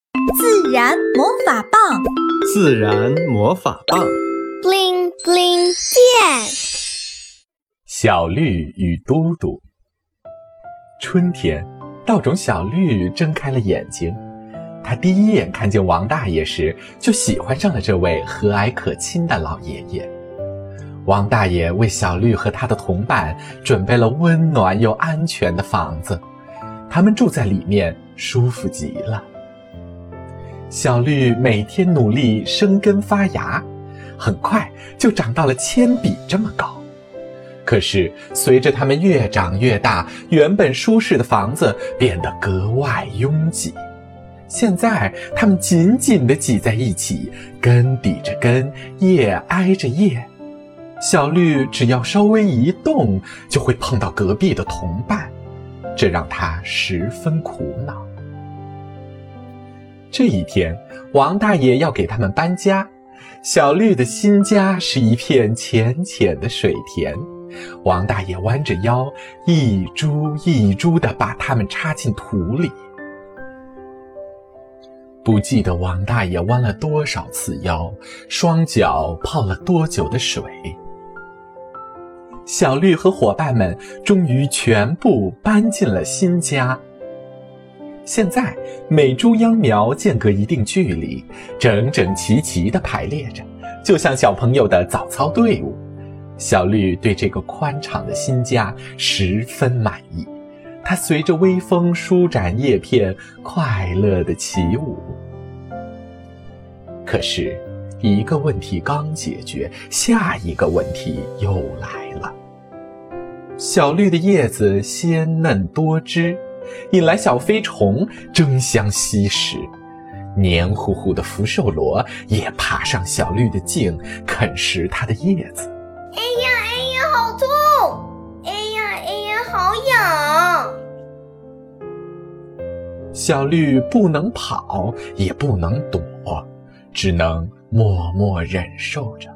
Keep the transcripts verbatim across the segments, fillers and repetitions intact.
自然魔法棒， 自然魔法棒 ，bling bling 变。 小绿与嘟嘟。春天，稻种小绿睁开了眼睛，他第一眼看见王大爷时，就喜欢上了这位和蔼可亲的老爷爷。王大爷为小绿和他的同伴准备了温暖又安全的房子，他们住在里面，舒服极了。小绿每天努力生根发芽，很快就长到了铅笔这么高。可是随着它们越长越大，原本舒适的房子变得格外拥挤。现在它们紧紧地挤在一起，根抵着根，叶挨着叶。小绿只要稍微一动，就会碰到隔壁的同伴，这让他十分苦恼。这一天，王大爷要给他们搬家。小绿的新家是一片浅浅的水田，王大爷弯着腰，一株一株地把它们插进土里。不记得王大爷弯了多少次腰，双脚泡了多久的水。小绿和伙伴们终于全部搬进了新家。现在每株秧苗间隔一定距离，整整齐齐地排列着，就像小朋友的早操队伍。小绿对这个宽敞的新家十分满意，它随着微风舒展叶片，快乐地起舞。可是一个问题刚解决，下一个问题又来了。小绿的叶子鲜嫩多汁，引来小飞虫争相吸食，黏糊糊的福寿螺也爬上小绿的茎，啃食它的叶子。 哎呀哎呀，好痛！哎呀哎呀，好痒！ 小绿不能跑，也不能躲，只能默默忍受着。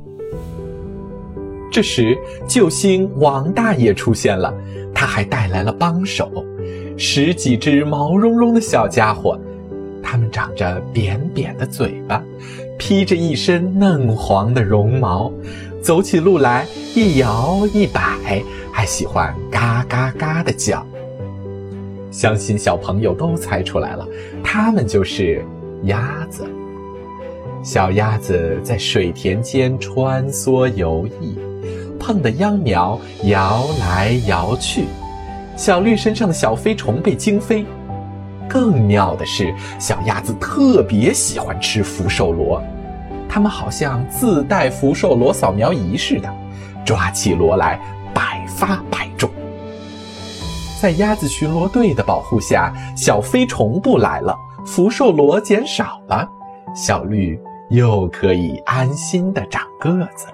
这时，救星王大爷出现了，他还带来了帮手，十几只毛茸茸的小家伙，它们长着扁扁的嘴巴，披着一身嫩黄的绒毛，走起路来一摇一摆，还喜欢嘎嘎嘎地叫。相信小朋友都猜出来了，它们就是鸭子。小鸭子在水田间穿梭游弋，碰得秧苗摇来摇去，小绿身上的小飞虫被惊飞。更妙的是，小鸭子特别喜欢吃福寿螺，它们好像自带福寿螺扫描仪似的，抓起螺来百发百中。在鸭子巡逻队的保护下，小飞虫不来了，福寿螺减少了，小绿又可以安心地长个子了。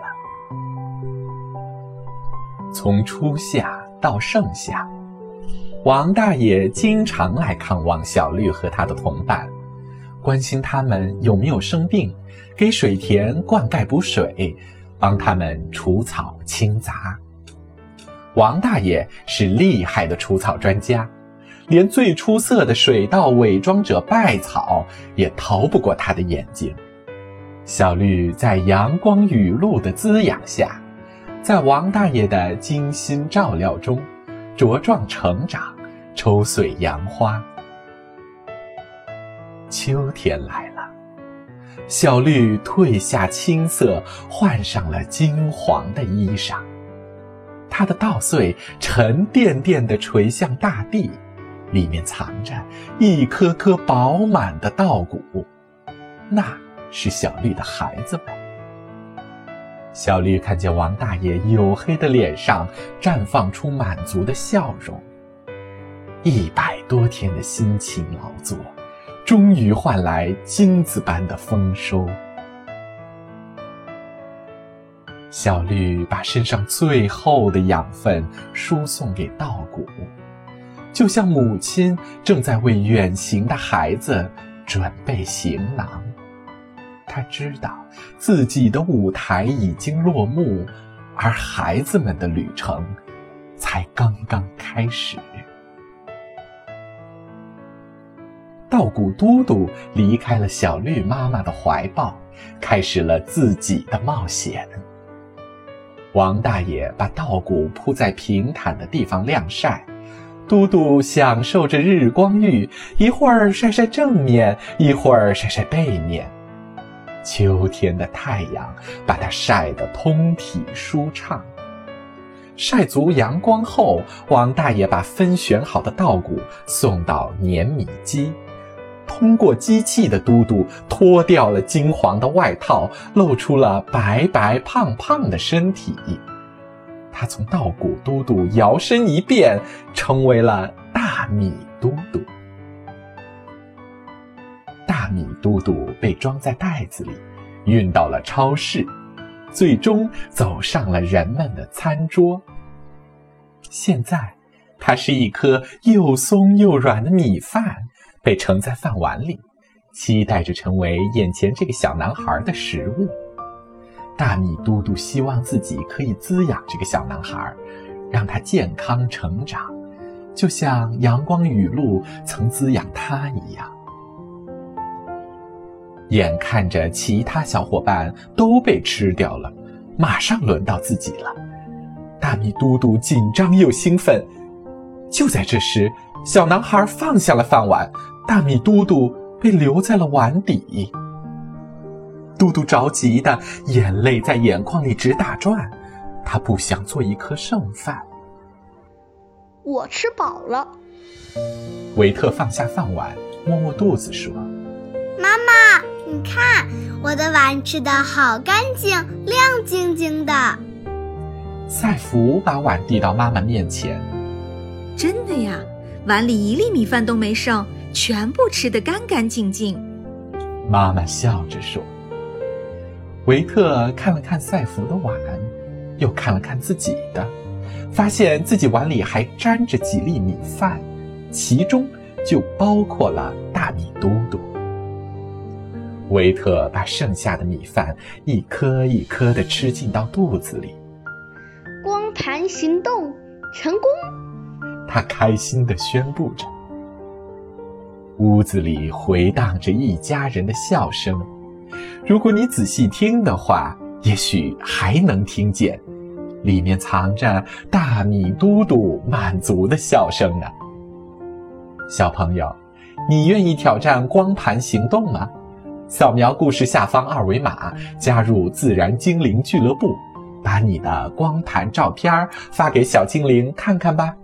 从初夏到盛夏，王大爷经常来看望小绿和他的同伴，关心他们有没有生病，给水田灌溉补水，帮他们除草清杂。王大爷是厉害的除草专家，连最出色的水稻伪装者稗草也逃不过他的眼睛。小绿在阳光雨露的滋养下，在王大爷的精心照料中茁壮成长，抽穗扬花。秋天来了，小绿褪下青涩，换上了金黄的衣裳，它的稻穗沉甸甸地垂向大地，里面藏着一颗颗饱满的稻谷，那是小绿的孩子们。小绿看见王大爷黝黑的脸上绽放出满足的笑容，一百多天的辛勤劳作，终于换来金子般的丰收。小绿把身上最后的养分输送给稻谷，就像母亲正在为远行的孩子准备行囊。他知道自己的舞台已经落幕，而孩子们的旅程才刚刚开始。 稻谷嘟嘟离开了小绿妈妈的怀抱，开始了自己的冒险。王大爷把稻谷铺在平坦的地方晾晒，嘟嘟享受着日光浴，一会儿晒晒正面，一会儿晒晒背面。秋天的太阳把它晒得通体舒畅。晒足阳光后，王大爷把分选好的稻谷送到碾米机。通过机器的嘟嘟脱掉了金黄的外套，露出了白白胖胖的身体。他从稻谷嘟嘟摇身一变，成为了大米嘟嘟。大米嘟嘟被装在袋子里，运到了超市，最终走上了人们的餐桌。现在，它是一颗又松又软的米饭，被盛在饭碗里，期待着成为眼前这个小男孩的食物。大米嘟嘟希望自己可以滋养这个小男孩，让他健康成长，就像阳光雨露曾滋养他一样。眼看着其他小伙伴都被吃掉了，马上轮到自己了。大米嘟嘟紧张又兴奋。就在这时，小男孩放下了饭碗，大米嘟嘟被留在了碗底。嘟嘟着急的眼泪在眼眶里直打转，他不想做一颗剩饭。 我吃饱了。 维特放下饭碗，摸摸肚子说： 妈妈，你看，我的碗吃得好干净，亮晶晶的。 赛弗把碗递到妈妈面前。 真的呀，碗里一粒米饭都没剩，全部吃得干干净净。 妈妈笑着说。维特看了看赛弗的碗，又看了看自己的，发现自己碗里还沾着几粒米饭，其中就包括了大米嘟嘟。维特把剩下的米饭一颗一颗地吃进到肚子里。 光盘行动成功！ 他开心地宣布着。屋子里回荡着一家人的笑声，如果你仔细听的话，也许还能听见，里面藏着大米嘟嘟满足的笑声呢。小朋友，你愿意挑战光盘行动吗？扫描故事下方二维码，加入自然精灵俱乐部，把你的光盘照片发给小精灵看看吧。